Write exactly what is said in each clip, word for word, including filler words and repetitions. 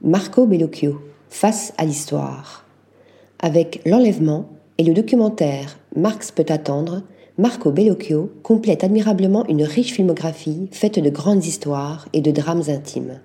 Marco Bellocchio, face à l'histoire. Avec L'Enlèvement et le documentaire Marx peut attendre, Marco Bellocchio complète admirablement une riche filmographie faite de grandes histoires et de drames intimes.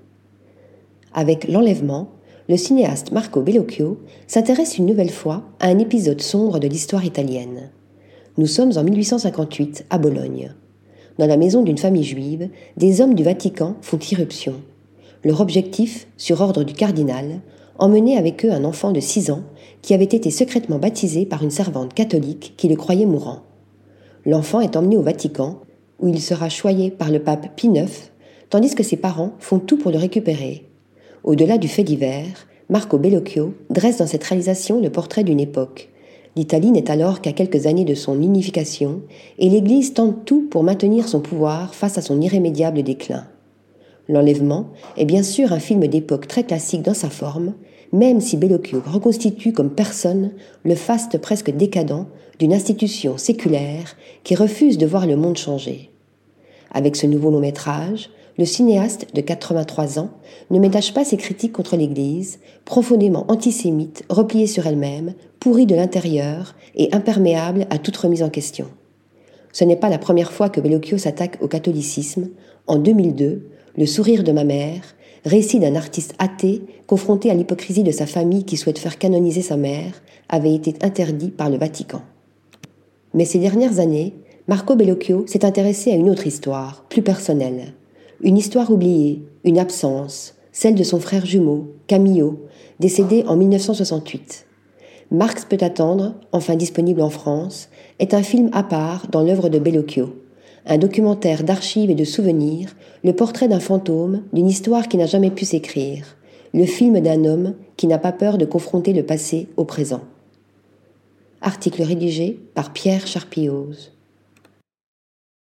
Avec L'Enlèvement, le cinéaste Marco Bellocchio s'intéresse une nouvelle fois à un épisode sombre de l'histoire italienne. Nous sommes en mille huit cent cinquante-huit à Bologne. Dans la maison d'une famille juive, des hommes du Vatican font irruption. Leur objectif, sur ordre du cardinal, emmener avec eux un enfant de six ans qui avait été secrètement baptisé par une servante catholique qui le croyait mourant. L'enfant est emmené au Vatican, où il sera choyé par le pape Pie neuf, tandis que ses parents font tout pour le récupérer. Au-delà du fait divers, Marco Bellocchio dresse dans cette réalisation le portrait d'une époque. L'Italie n'est alors qu'à quelques années de son unification, et l'Église tente tout pour maintenir son pouvoir face à son irrémédiable déclin. L'Enlèvement est bien sûr un film d'époque très classique dans sa forme, même si Bellocchio reconstitue comme personne le faste presque décadent d'une institution séculaire qui refuse de voir le monde changer. Avec ce nouveau long-métrage, le cinéaste de quatre-vingt-trois ans ne ménage pas ses critiques contre l'Église, profondément antisémite, repliée sur elle-même, pourrie de l'intérieur et imperméable à toute remise en question. Ce n'est pas la première fois que Bellocchio s'attaque au catholicisme. En deux mille deux, Le sourire de ma mère, récit d'un artiste athée confronté à l'hypocrisie de sa famille qui souhaite faire canoniser sa mère, avait été interdit par le Vatican. Mais ces dernières années, Marco Bellocchio s'est intéressé à une autre histoire, plus personnelle. Une histoire oubliée, une absence, celle de son frère jumeau, Camillo, décédé en mille neuf cent soixante-huit. Marx peut attendre, enfin disponible en France, est un film à part dans l'œuvre de Bellocchio. Un documentaire d'archives et de souvenirs, le portrait d'un fantôme, d'une histoire qui n'a jamais pu s'écrire, le film d'un homme qui n'a pas peur de confronter le passé au présent. Article rédigé par Pierre Charpillose.